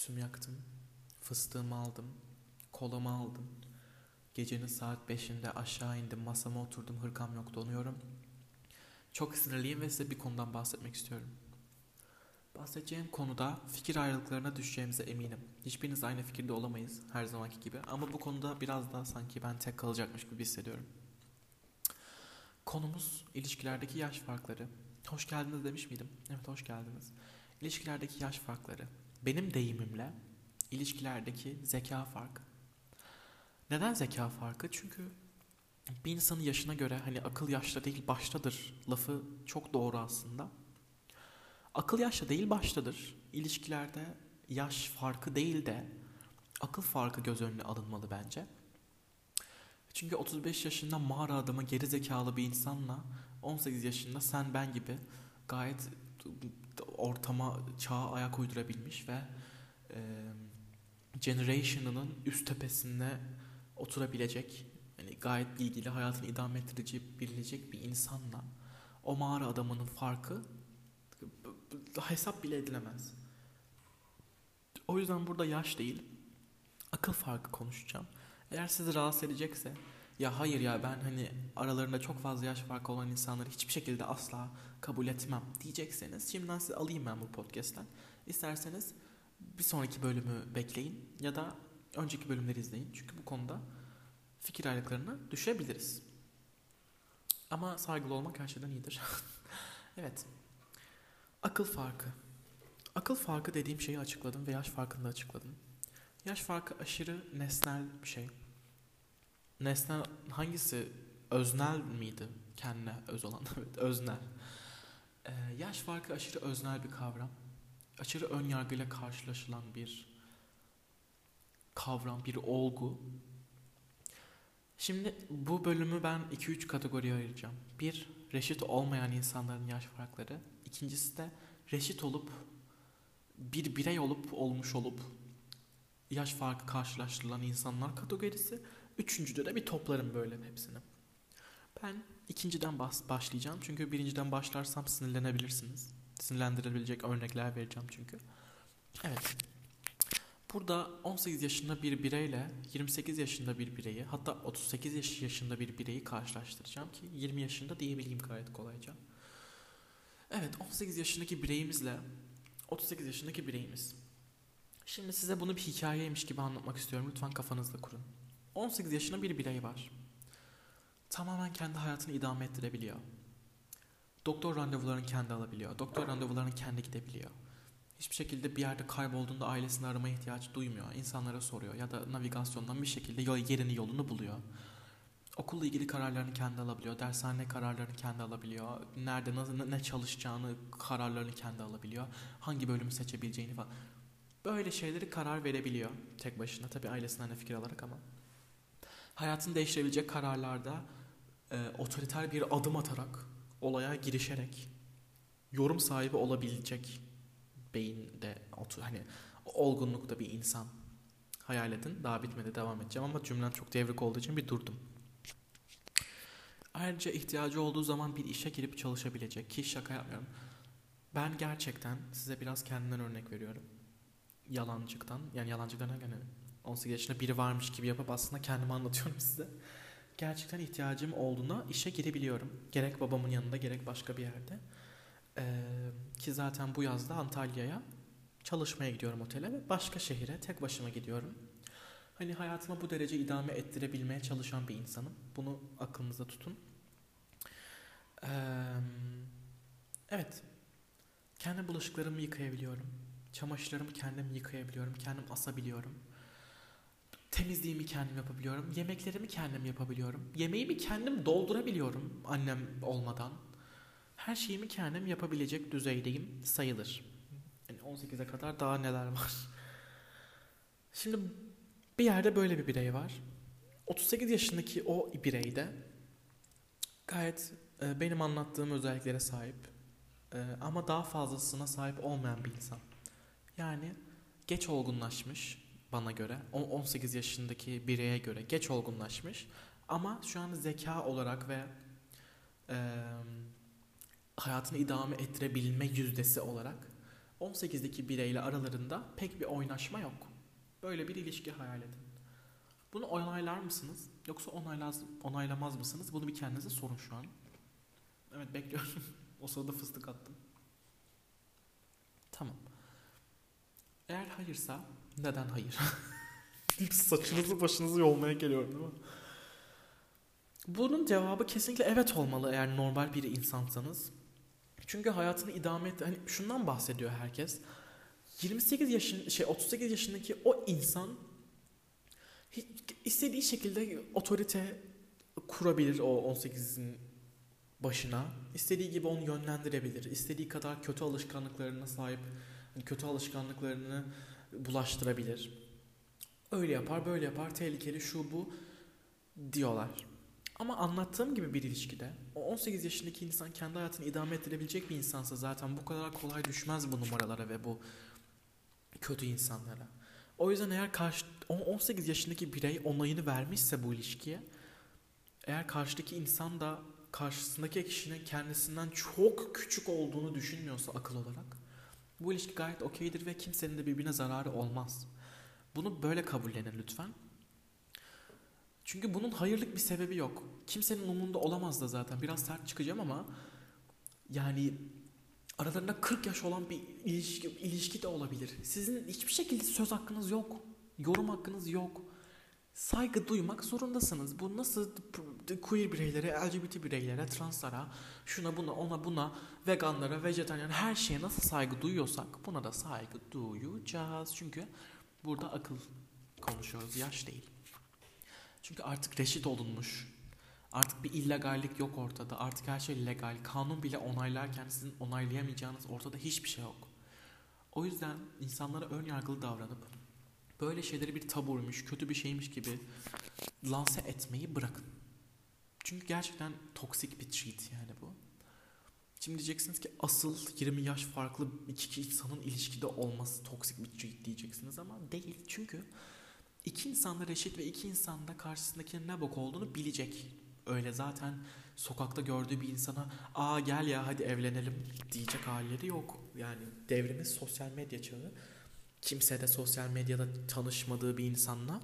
Tütsümü yaktım. Fıstığımı aldım. Kolamı aldım. Gecenin saat 5'inde aşağı indim. Masama oturdum. Hırkam yok, donuyorum. Çok sinirliyim ve size bir konudan bahsetmek istiyorum. Bahsedeceğim konuda fikir ayrılıklarına düşeceğimize eminim. Hiçbiriniz aynı fikirde olamayız her zamanki gibi. Ama bu konuda biraz daha sanki ben tek kalacakmış gibi hissediyorum. Konumuz ilişkilerdeki yaş farkları. Hoş geldiniz demiş miydim? Evet, hoş geldiniz. İlişkilerdeki yaş farkları. Benim deyimimle ilişkilerdeki zeka farkı. Neden zeka farkı? Çünkü bir insanın yaşına göre hani akıl yaşta değil baştadır lafı çok doğru aslında. Akıl yaşta değil baştadır. İlişkilerde yaş farkı değil de akıl farkı göz önüne alınmalı bence. Çünkü 35 yaşında mağara adamı geri zekalı bir insanla 18 yaşında sen ben gibi gayet ortama, çağa ayak uydurabilmiş ve generation'ının üst tepesinde oturabilecek, yani gayet bilgili, hayatını idame ettirebilecek bir insanla o mağara adamının farkı hesap bile edilemez. O yüzden burada yaş değil, akıl farkı konuşacağım. Eğer sizi rahatsız edecekse, ya hayır ya ben hani aralarında çok fazla yaş farkı olan insanları hiçbir şekilde asla kabul etmem diyecekseniz şimdiden sizi alayım ben bu podcast'ten. İsterseniz bir sonraki bölümü bekleyin ya da önceki bölümleri izleyin. Çünkü bu konuda fikir ayrılıklarına düşebiliriz. Ama saygılı olmak her şeyden iyidir. Evet. Akıl farkı. Akıl farkı dediğim şeyi açıkladım ve yaş farkını da açıkladım. Yaş farkı aşırı nesnel bir şey. Nesnel hangisi? Öznel miydi? Kendine öz olan. Evet, öznel. Yaş farkı aşırı öznel bir kavram. Aşırı ön yargıyla karşılaşılan bir kavram, bir olgu. Şimdi bu bölümü ben 2-3 kategoriye ayıracağım. Bir, reşit olmayan insanların yaş farkları. İkincisi de reşit olup, bir birey olmuş olup yaş farkı karşılaştırılan insanlar kategorisi. Üçüncüde de bir toplarım böyle hepsini. Ben ikinciden başlayacağım. Çünkü birinciden başlarsam sinirlenebilirsiniz. Sinirlendirebilecek örnekler vereceğim çünkü. Evet. Burada 18 yaşında bir bireyle 28 yaşında bir bireyi, hatta 38 yaşında bir bireyi karşılaştıracağım ki 20 yaşında diyebileyim gayet kolayca. Evet, 18 yaşındaki bireyimizle 38 yaşındaki bireyimiz. Şimdi size bunu bir hikayeymiş gibi anlatmak istiyorum. Lütfen kafanızda kurun. 18 yaşında bir birey var. Tamamen kendi hayatını idame ettirebiliyor. Doktor randevularını kendi alabiliyor. Doktor randevularını kendi gidebiliyor. Hiçbir şekilde bir yerde kaybolduğunda ailesini aramaya ihtiyaç duymuyor. İnsanlara soruyor ya da navigasyondan bir şekilde yolunu buluyor. Okulla ilgili kararlarını kendi alabiliyor. Dershane kararlarını kendi alabiliyor. Nerede ne çalışacağını kararlarını kendi alabiliyor. Hangi bölümü seçebileceğini falan. Böyle şeyleri karar verebiliyor tek başına. Tabii ailesinden de fikir alarak ama. Hayatını değiştirebilecek kararlarda otoriter bir adım atarak, olaya girişerek yorum sahibi olabilecek beyinde, hani olgunlukta bir insan hayal edin. Daha bitmedi, devam edeceğim ama cümlem çok devrik olduğu için bir durdum. Ayrıca ihtiyacı olduğu zaman bir işe girip çalışabilecek, ki şaka yapmıyorum. Ben gerçekten size biraz kendimden örnek veriyorum. Yalancıktan, yani yalancıktan yani 18 yaşında biri varmış gibi yapıp aslında kendimi anlatıyorum size. Gerçekten ihtiyacım olduğunda işe girebiliyorum. Gerek babamın yanında gerek başka bir yerde. Ki zaten bu yazda Antalya'ya çalışmaya gidiyorum, otele, ve başka şehire tek başıma gidiyorum. Hani hayatıma bu derece idame ettirebilmeye çalışan bir insanım. Bunu aklınızda tutun. Evet. Kendi bulaşıklarımı yıkayabiliyorum. Çamaşırlarımı kendim yıkayabiliyorum. Kendim asabiliyorum. Temizliğimi kendim yapabiliyorum. Yemeklerimi kendim yapabiliyorum. Yemeğimi kendim doldurabiliyorum annem olmadan. Her şeyimi kendim yapabilecek düzeydeyim sayılır. Yani 18'e kadar daha neler var. Şimdi bir yerde böyle bir birey var. 38 yaşındaki o birey de gayet benim anlattığım özelliklere sahip. Ama daha fazlasına sahip olmayan bir insan. Yani geç olgunlaşmış bana göre. 18 yaşındaki bireye göre geç olgunlaşmış. Ama şu an zeka olarak ve hayatını idame ettirebilme yüzdesi olarak 18'deki bireyle aralarında pek bir oynaşma yok. Böyle bir ilişki hayal edin. Bunu onaylar mısınız? Yoksa onaylamaz mısınız? Bunu bir kendinize sorun şu an. Evet, bekliyorum. O sırada fıstık attım. Tamam. Eğer hayırsa neden hayır? Saçınızı başınızı yolmaya geliyorum değil mi? Bunun cevabı kesinlikle evet olmalı eğer normal bir insansanız. Çünkü hayatını idame et, hani şundan bahsediyor herkes. 38 yaşındaki o insan istediği şekilde otorite kurabilir o 18'in başına. İstediği gibi onu yönlendirebilir. İstediği kadar kötü alışkanlıklarına sahip, kötü alışkanlıklarını bulaştırabilir. Öyle yapar, böyle yapar, tehlikeli, şu bu diyorlar. Ama anlattığım gibi bir ilişkide o 18 yaşındaki insan kendi hayatını idame ettirebilecek bir insansa zaten bu kadar kolay düşmez bu numaralara ve bu kötü insanlara. O yüzden eğer 18 yaşındaki birey onayını vermişse bu ilişkiye, eğer karşıdaki insan da karşısındaki kişinin kendisinden çok küçük olduğunu düşünmüyorsa akıl olarak, bu ilişki gayet okeydir ve kimsenin de birbirine zararı olmaz. Bunu böyle kabullenin lütfen. Çünkü bunun hayırlık bir sebebi yok. Kimsenin umurunda olamaz da zaten. Biraz sert çıkacağım ama yani aralarında 40 yaş olan bir ilişki de olabilir. Sizin hiçbir şekilde söz hakkınız yok. Yorum hakkınız yok. Saygı duymak zorundasınız. Bu nasıl queer bireylere, LGBT bireylere, translara, şuna buna, ona buna, veganlara, vejetaryen, her şeye nasıl saygı duyuyorsak buna da saygı duyacağız. Çünkü burada akıl konuşuyoruz, yaş değil. Çünkü artık reşit olunmuş. Artık bir illegallik yok ortada. Artık her şey legal. Kanun bile onaylarken sizin onaylayamayacağınız ortada hiçbir şey yok. O yüzden insanlara ön yargılı davranıp böyle şeyleri bir tabuymuş, kötü bir şeymiş gibi lanse etmeyi bırakın. Çünkü gerçekten toksik bir treat yani bu. Şimdi diyeceksiniz ki asıl 20 yaş farklı iki insanın ilişkide olması toksik bir treat diyeceksiniz ama değil. Çünkü iki insan da reşit ve iki insan da karşısındakinin ne bok olduğunu bilecek. Öyle zaten sokakta gördüğü bir insana "Aa gel ya hadi evlenelim" diyecek halleri yok. Yani devrimiz sosyal medya çağı. Kimse de sosyal medyada tanışmadığı bir insanla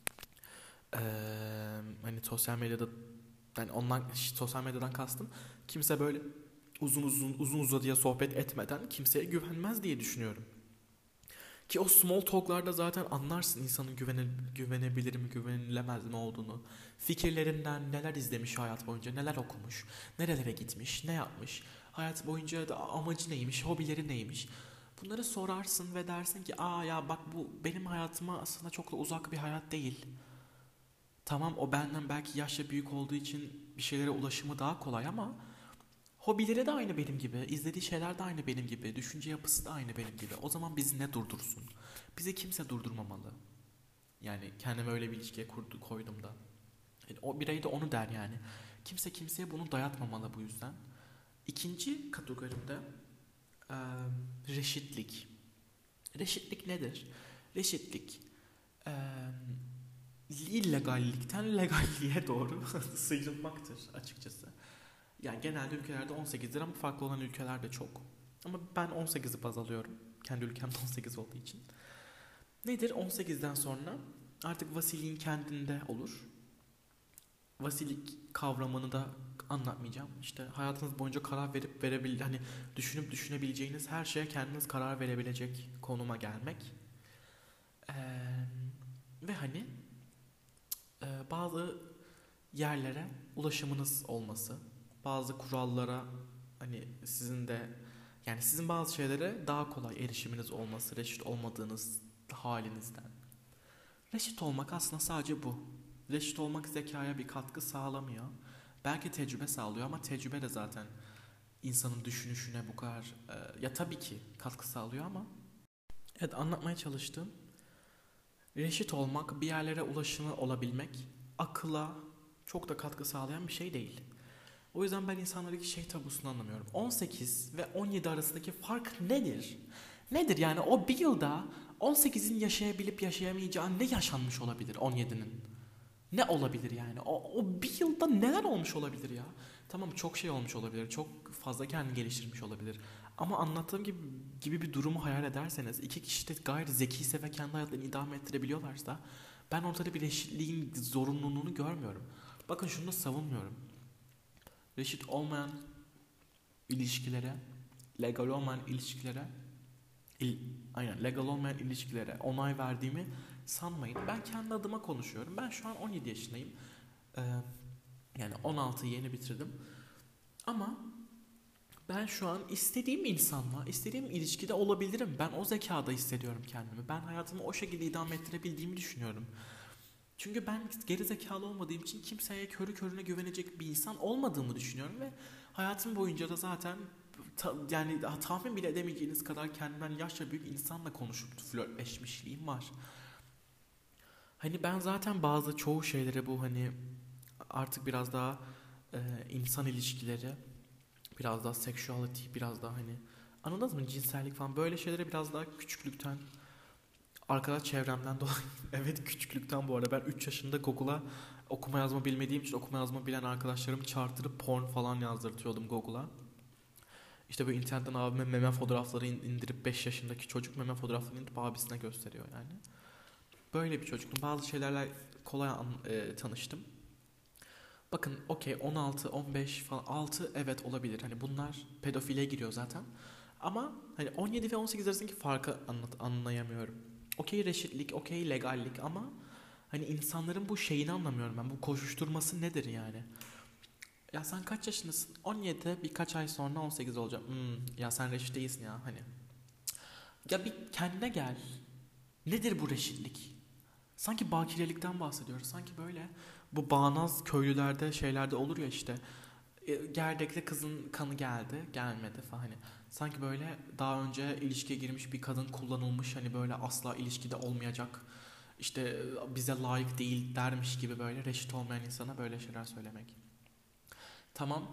hani sosyal medyada, yani sosyal medyadan kastım, kimse böyle uzun uzadıya sohbet etmeden kimseye güvenmez diye düşünüyorum. Ki o small talk'larda zaten anlarsın insanın güvenebilir mi, güvenilemez mi olduğunu. Fikirlerinden neler izlemiş hayat boyunca, neler okumuş, nerelere gitmiş, ne yapmış, hayat boyunca da amacı neymiş, hobileri neymiş. Bunları sorarsın ve dersin ki "Aa ya bak, bu benim hayatıma aslında çok da uzak bir hayat değil. Tamam, o benden belki yaşça büyük olduğu için bir şeylere ulaşımı daha kolay ama hobileri de aynı benim gibi, izlediği şeyler de aynı benim gibi, düşünce yapısı da aynı benim gibi. O zaman bizi ne durdursun? Bizi kimse durdurmamalı." Yani kendime öyle bir ilişkiye koydum da. Yani o birey de onu der yani. Kimse kimseye bunu dayatmamalı bu yüzden. İkinci kategorimde reşitlik. Reşitlik nedir? Reşitlik illegallikten legalliğe doğru sıyrılmaktır açıkçası. Yani genelde ülkelerde 18'dir ama farklı olan ülkelerde çok. Ama ben 18'i baz alıyorum. Kendi ülkemde 18 olduğu için. Nedir? 18'den sonra artık vasiliğin kendinde olur. Vasilik kavramını da anlatmayacağım. İşte hayatınız boyunca karar hani düşünüp düşünebileceğiniz her şeye kendiniz karar verebilecek konuma gelmek. Ve hani bazı yerlere ulaşımınız olması, bazı kurallara hani sizin bazı şeylere daha kolay erişiminiz olması, reşit olmadığınız halinizden. Reşit olmak aslında sadece bu. Reşit olmak zekaya bir katkı sağlamıyor. Belki tecrübe sağlıyor ama tecrübe de zaten insanın düşünüşüne bu kadar ya tabii ki katkı sağlıyor ama evet, anlatmaya çalıştığım reşit olmak, bir yerlere ulaşımı olabilmek akıla çok da katkı sağlayan bir şey değil. O yüzden ben insanlardaki şey tabusunu anlamıyorum. 18 ve 17 arasındaki fark nedir? Nedir yani o bir yılda 18'in yaşayabilip yaşayamayacağı ne yaşanmış olabilir 17'nin? Ne olabilir yani? O bir yılda neler olmuş olabilir ya? Tamam, çok şey olmuş olabilir. Çok fazla kendini geliştirmiş olabilir. Ama anlattığım gibi bir durumu hayal ederseniz, iki kişi de gayet zekiyse ve kendi hayatlarını idame ettirebiliyorlarsa, ben ortada bir reşitliğin zorunluluğunu görmüyorum. Bakın şunu da savunmuyorum. Reşit olmayan ilişkilere, legal olmayan ilişkilere, legal olmayan ilişkilere onay verdiğimi sanmayın. Ben kendi adıma konuşuyorum. Ben şu an 17 yaşındayım. Ee, Yani 16'yı yeni bitirdim. Ama ben şu an istediğim insanla, istediğim ilişkide olabilirim. Ben o zekada hissediyorum kendimi. Ben hayatımı o şekilde idame ettirebildiğimi düşünüyorum. Çünkü ben geri zekalı olmadığım için kimseye körü körüne güvenecek bir insan olmadığımı düşünüyorum ve hayatım boyunca da zaten yani tahmin bile edemeyeceğiniz kadar kendimden yaşça büyük insanla konuşup flörtleşmişliğim var. Hani ben zaten çoğu şeylere bu hani artık biraz daha insan ilişkileri, biraz daha sexuality, biraz daha hani anladınız mı, cinsellik falan, böyle şeylere biraz daha küçüklükten, arkadaş çevremden dolayı evet, küçüklükten, bu arada ben 3 yaşında Google'a okuma yazma bilmediğim için okuma yazma bilen arkadaşlarımı çağırtırıp porn falan yazdırtıyordum Google'a. İşte böyle internetten abime meme fotoğrafları indirip 5 yaşındaki çocuk meme fotoğraflarını indirip abisine gösteriyor yani. Böyle bir çocuktum. Bazı şeylerle kolay tanıştım. Bakın okey, 16, 15 falan, 6 evet olabilir. Hani bunlar pedofile giriyor zaten. Ama hani 17 ve 18 arasındaki farkı anlayamıyorum. Okey reşitlik, okey legallik, ama hani insanların bu şeyini anlamıyorum ben. Bu koşuşturması nedir yani? Ya sen kaç yaşındasın? 17, birkaç ay sonra 18 olacağım. Ya sen reşit değilsin ya hani. Ya bir kendine gel. Nedir bu reşitlik? Sanki bakirelikten bahsediyoruz. Sanki böyle bu bağnaz köylülerde şeylerde olur ya işte. Gerdekte kızın kanı geldi, gelmedi falan hani. Sanki böyle daha önce ilişkiye girmiş bir kadın kullanılmış, hani böyle asla ilişkide olmayacak, işte bize layık değil dermiş gibi böyle reşit olmayan insana böyle şeyler söylemek. Tamam,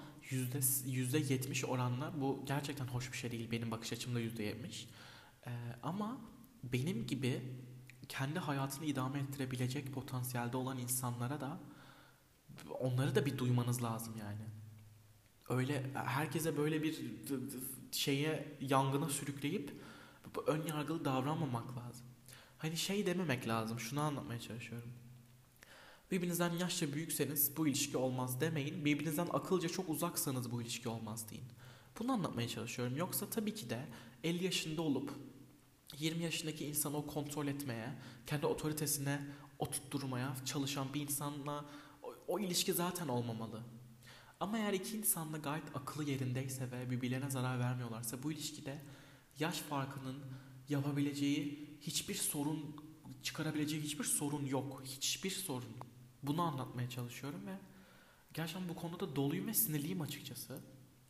%70 oranla bu gerçekten hoş bir şey değil, benim bakış açımda %70. Ama benim gibi kendi hayatını idame ettirebilecek potansiyelde olan insanlara da, onları da bir duymanız lazım yani. Öyle herkese böyle bir şeye, yangına sürükleyip ön yargılı davranmamak lazım. Hani şey dememek lazım. Şunu anlatmaya çalışıyorum. Birbirinizden yaşça büyükseniz bu ilişki olmaz demeyin. Birbirinizden akılca çok uzaksanız bu ilişki olmaz deyin. Bunu anlatmaya çalışıyorum. Yoksa tabii ki de 50 yaşında olup 20 yaşındaki insanı o kontrol etmeye, kendi otoritesine oturtturmaya çalışan bir insanla o ilişki zaten olmamalı. Ama eğer iki insan da gayet akıllı yerindeyse ve birbirlerine zarar vermiyorlarsa, bu ilişkide yaş farkının yapabileceği hiçbir sorun, çıkarabileceği hiçbir sorun yok. Hiçbir sorun. Bunu anlatmaya çalışıyorum ve gerçekten bu konuda doluyum ve sinirliyim açıkçası.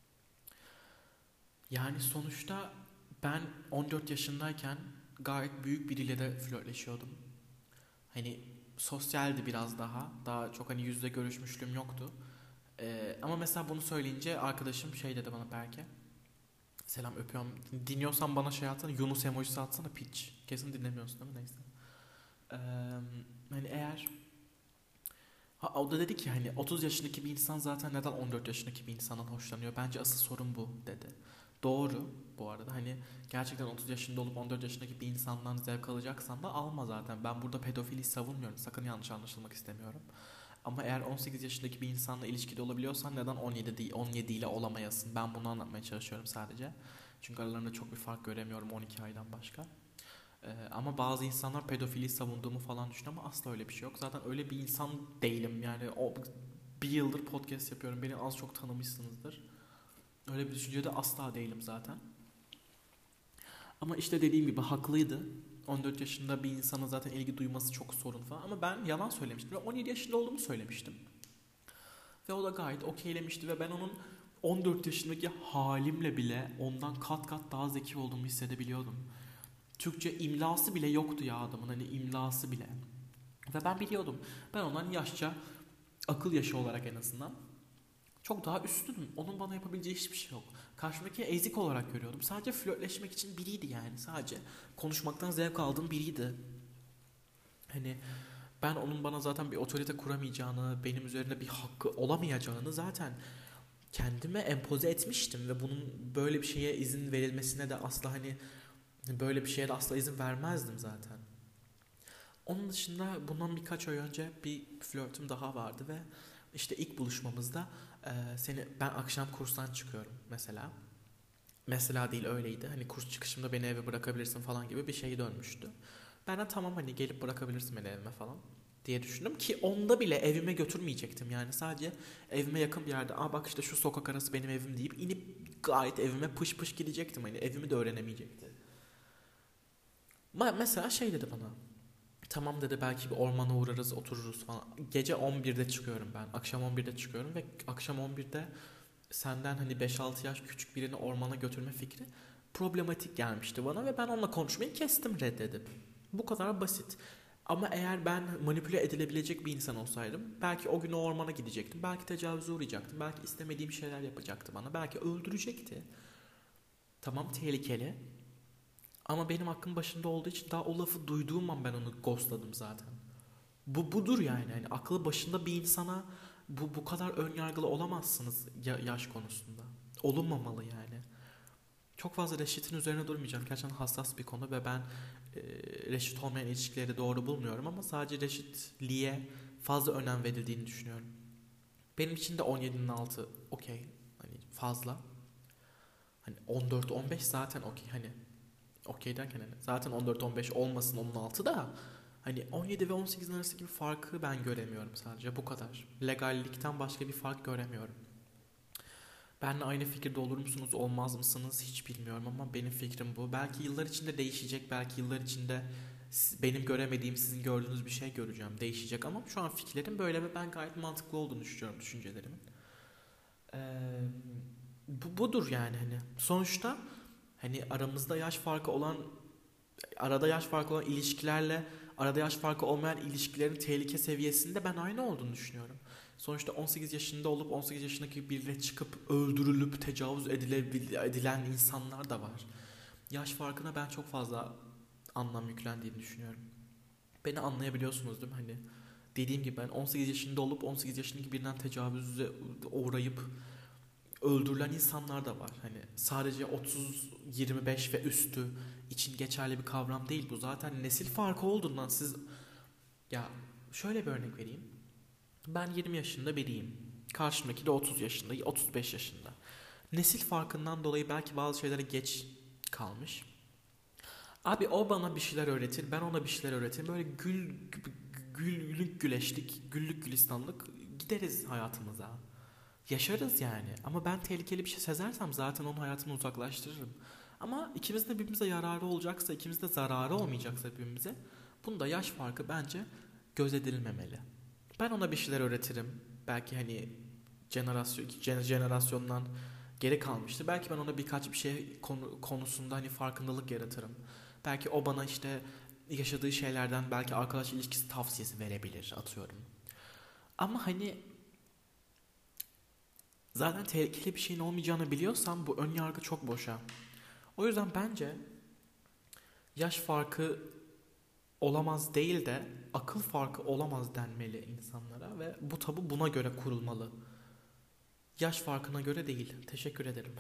Yani sonuçta ben 14 yaşındayken gayet büyük biriyle de flörtleşiyordum. Hani sosyaldi biraz daha. Daha çok hani yüzde görüşmüşlüğüm yoktu. Ama mesela bunu söyleyince arkadaşım şey dedi bana, Berke. Selam, öpüyorum. Dinliyorsan bana şey atsana, Yunus emojisi atsana piç. Kesin dinlemiyorsun değil mi? Neyse. Ee, Hani eğer o da dedi ki hani 30 yaşındaki bir insan zaten neden 14 yaşındaki bir insandan hoşlanıyor? Bence asıl sorun bu dedi. Doğru bu arada, hani gerçekten 30 yaşında olup 14 yaşındaki bir insandan zevk alacaksan da alma zaten. Ben burada pedofili savunmuyorum. Sakın yanlış anlaşılmak istemiyorum. Ama eğer 18 yaşındaki bir insanla ilişkide olabiliyorsan neden 17 ile olamayasın? Ben bunu anlatmaya çalışıyorum sadece. Çünkü aralarında çok bir fark göremiyorum 12 aydan başka. Ama bazı insanlar pedofili savunduğumu falan düşünüyor ama asla öyle bir şey yok. Zaten öyle bir insan değilim. Yani bir yıldır podcast yapıyorum. Beni az çok tanımışsınızdır. Öyle bir düşüncede asla değilim zaten. Ama işte dediğim gibi haklıydı. 14 yaşında bir insana zaten ilgi duyması çok sorun falan. Ama ben yalan söylemiştim ve 17 yaşında olduğumu söylemiştim. Ve o da gayet okeylemişti ve ben onun 14 yaşındaki halimle bile ondan kat kat daha zeki olduğumu hissedebiliyordum. Türkçe imlası bile yoktu ya adamın, hani imlası bile. Ve ben biliyordum. Ben ondan yaşça, akıl yaşı olarak en azından çok daha üstünüm. Onun bana yapabileceği hiçbir şey yok. Karşımdaki ezik olarak görüyordum. Sadece flörtleşmek için biriydi yani. Sadece konuşmaktan zevk aldığım biriydi. Hani ben onun bana zaten bir otorite kuramayacağını, benim üzerinde bir hakkı olamayacağını zaten kendime empoze etmiştim ve bunun böyle bir şeye izin verilmesine de asla hani böyle bir şeye de asla izin vermezdim zaten. Onun dışında bundan birkaç ay önce bir flörtüm daha vardı ve işte ilk buluşmamızda ben akşam kurstan çıkıyorum mesela. Mesela değil, öyleydi. Hani kurs çıkışımda beni eve bırakabilirsin falan gibi bir şey dönmüştü. Ben de tamam hani gelip bırakabilirsin beni evime falan diye düşündüm ki onda bile evime götürmeyecektim. Yani sadece evime yakın bir yerde bak işte şu sokak arası benim evim deyip inip gayet evime pış pış gidecektim. Hani evimi de öğrenemeyecekti. Mesela şey dedi bana. Tamam dedi, belki bir ormana uğrarız otururuz falan. Gece 11'de çıkıyorum ben. Akşam 11'de çıkıyorum ve akşam 11'de senden hani 5-6 yaş küçük birini ormana götürme fikri problematik gelmişti bana ve ben onunla konuşmayı kestim, reddedip. Bu kadar basit. Ama eğer ben manipüle edilebilecek bir insan olsaydım belki o gün o ormana gidecektim. Belki tecavüze uğrayacaktım. Belki istemediğim şeyler yapacaktı bana. Belki öldürecekti. Tamam, tehlikeli. Ama benim aklım başında olduğu için daha o lafı duyduğum an ben onu ghostladım zaten. Bu budur yani. Yani aklı başında bir insana bu kadar ön yargılı olamazsınız yaş konusunda. Olunmamalı yani. Çok fazla reşitin üzerine durmayacağım. Gerçekten hassas bir konu ve ben reşit olmayan ilişkileri doğru bulmuyorum ama sadece reşitliğe fazla önem verildiğini düşünüyorum. Benim için de 17'nin altı okey. Hani fazla. Hani 14-15 zaten okey. Hani okey derken hani zaten 14-15 olmasın onun altı da hani 17 ve 18'in arasındaki bir farkı ben göremiyorum, sadece bu kadar. Legallikten başka bir fark göremiyorum. Benle aynı fikirde olur musunuz, olmaz mısınız hiç bilmiyorum ama benim fikrim bu. Belki yıllar içinde değişecek, belki yıllar içinde benim göremediğim sizin gördüğünüz bir şey göreceğim, değişecek ama şu an fikirlerim böyle ve ben gayet mantıklı olduğunu düşünüyorum düşüncelerimin. Ee, budur yani hani. Sonuçta hani arada yaş farkı olan ilişkilerle arada yaş farkı olmayan ilişkilerin tehlike seviyesinde ben aynı olduğunu düşünüyorum. Sonuçta 18 yaşında olup 18 yaşındaki biriyle çıkıp öldürülüp tecavüz edilen insanlar da var. Yaş farkına ben çok fazla anlam yüklendiğini düşünüyorum. Beni anlayabiliyorsunuz değil mi? Hani dediğim gibi ben 18 yaşında olup 18 yaşındaki birinden tecavüze uğrayıp öldürülen insanlar da var. Hani sadece 30-25 ve üstü için geçerli bir kavram değil bu. Zaten nesil farkı olduğundan siz, ya şöyle bir örnek vereyim. Ben 20 yaşında biriyim. Karşımdaki de 30 yaşında, 35 yaşında. Nesil farkından dolayı belki bazı şeylere geç kalmış. Abi o bana bir şeyler öğretir, ben ona bir şeyler öğretirim. Böyle güllük güleşlik, güllük gülistanlık gideriz hayatımıza. Yaşarız yani. Ama ben tehlikeli bir şey sezersem zaten onu hayatımdan uzaklaştırırım. Ama ikimiz de birbirimize yararı olacaksa, ikimiz de zararı olmayacaksa birbirimize, bunda yaş farkı bence göz edilmemeli. Ben ona bir şeyler öğretirim. Belki hani jenerasyondan geri kalmıştır. Belki ben ona birkaç bir şey konusunda hani farkındalık yaratırım. Belki o bana işte yaşadığı şeylerden belki arkadaş ilişkisi tavsiyesi verebilir, atıyorum. Ama hani zaten tehlikeli bir şeyin olmayacağını biliyorsam bu ön yargı çok boşa. O yüzden bence yaş farkı olamaz değil de akıl farkı olamaz denmeli insanlara ve bu tabu buna göre kurulmalı. Yaş farkına göre değil. Teşekkür ederim.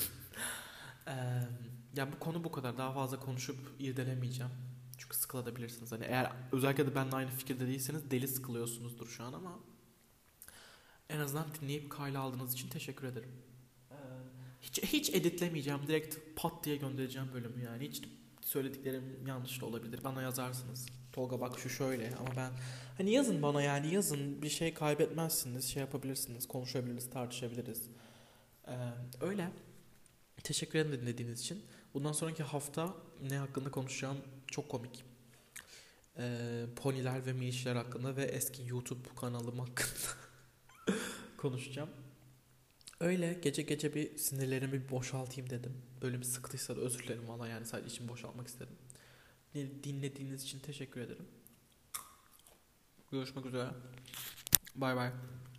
Ya bu konu bu kadar. Daha fazla konuşup irdelemeyeceğim. Çünkü sıkılabilirsiniz. Hani eğer özellikle de benimle aynı fikirde değilseniz deli sıkılıyorsunuzdur şu an ama en azından dinleyip kayla aldığınız için teşekkür ederim. Ee, hiç editlemeyeceğim. Direkt pat diye göndereceğim bölümü yani. Hiç söylediklerim yanlış da olabilir. Bana yazarsınız. Tolga bak şu şöyle ama ben hani yazın bana, yani yazın, bir şey kaybetmezsiniz. Şey yapabilirsiniz. Konuşabiliriz, tartışabiliriz. Öyle. Teşekkür ederim dinlediğiniz için. Bundan sonraki hafta ne hakkında konuşacağım çok komik. Poniler ve minişler hakkında ve eski YouTube kanalım hakkında konuşacağım. Öyle gece gece bir sinirlerimi bir boşaltayım dedim. Böyle bir sıktıysa da özür dilerim valla, yani sadece içimi boşaltmak istedim. Dinlediğiniz için teşekkür ederim. Görüşmek üzere. Bay bay.